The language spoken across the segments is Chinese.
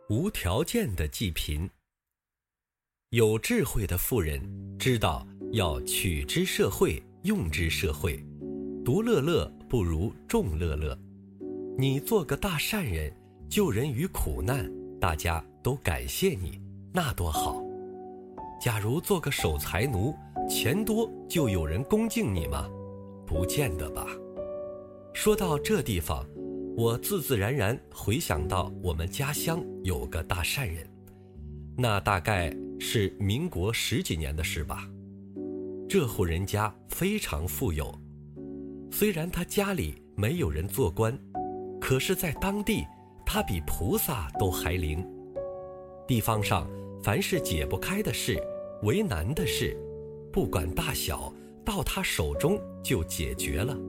无条件的济贫。有智慧的富人知道要取之社会，用之社会，独乐乐不如众乐乐。你做个大善人，救人于苦难，大家都感谢你，那多好。假如做个守财奴，钱多就有人恭敬你吗？不见得吧。说到这地方，我自自然然回想到我们家乡有个大善人，那大概是民国10几年的事吧。这户人家非常富有，虽然他家里没有人做官，可是在当地他比菩萨都还灵。地方上凡是解不开的事，为难的事，不管大小，到他手中就解决了。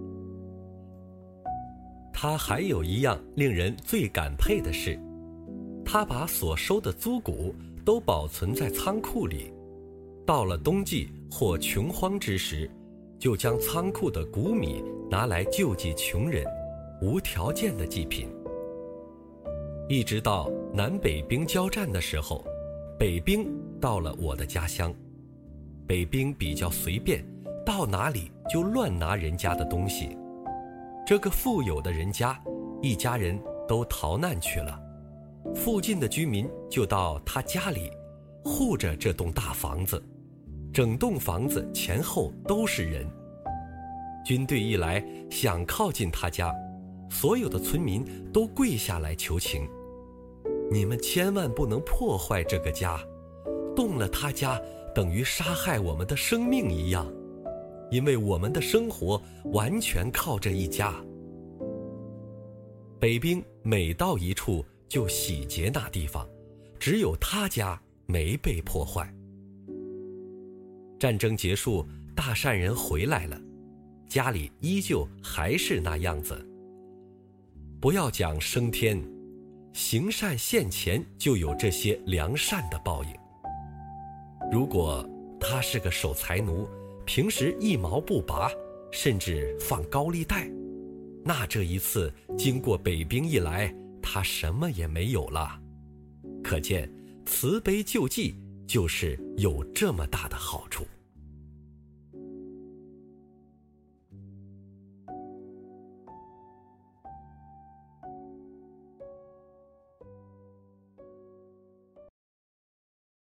他还有一样令人最感佩的事，他把所收的租谷都保存在仓库里，到了冬季或穷荒之时，就将仓库的谷米拿来救济穷人，无条件的济贫。一直到南北兵交战的时候，北兵到了我的家乡。北兵比较随便，到哪里就乱拿人家的东西。这个富有的人家，一家人都逃难去了，附近的居民就到他家里护着这栋大房子，整栋房子前后都是人。军队一来想靠近他家，所有的村民都跪下来求情，你们千万不能破坏这个家，动了他家等于杀害我们的生命一样，因为我们的生活完全靠这一家。北兵每到一处就洗劫那地方，只有他家没被破坏。战争结束，大善人回来了，家里依旧还是那样子。不要讲升天，行善现前就有这些良善的报应。如果他是个守财奴，平时一毛不拔，甚至放高利贷，那这一次经过北兵一来，他什么也没有了。可见慈悲救济就是有这么大的好处。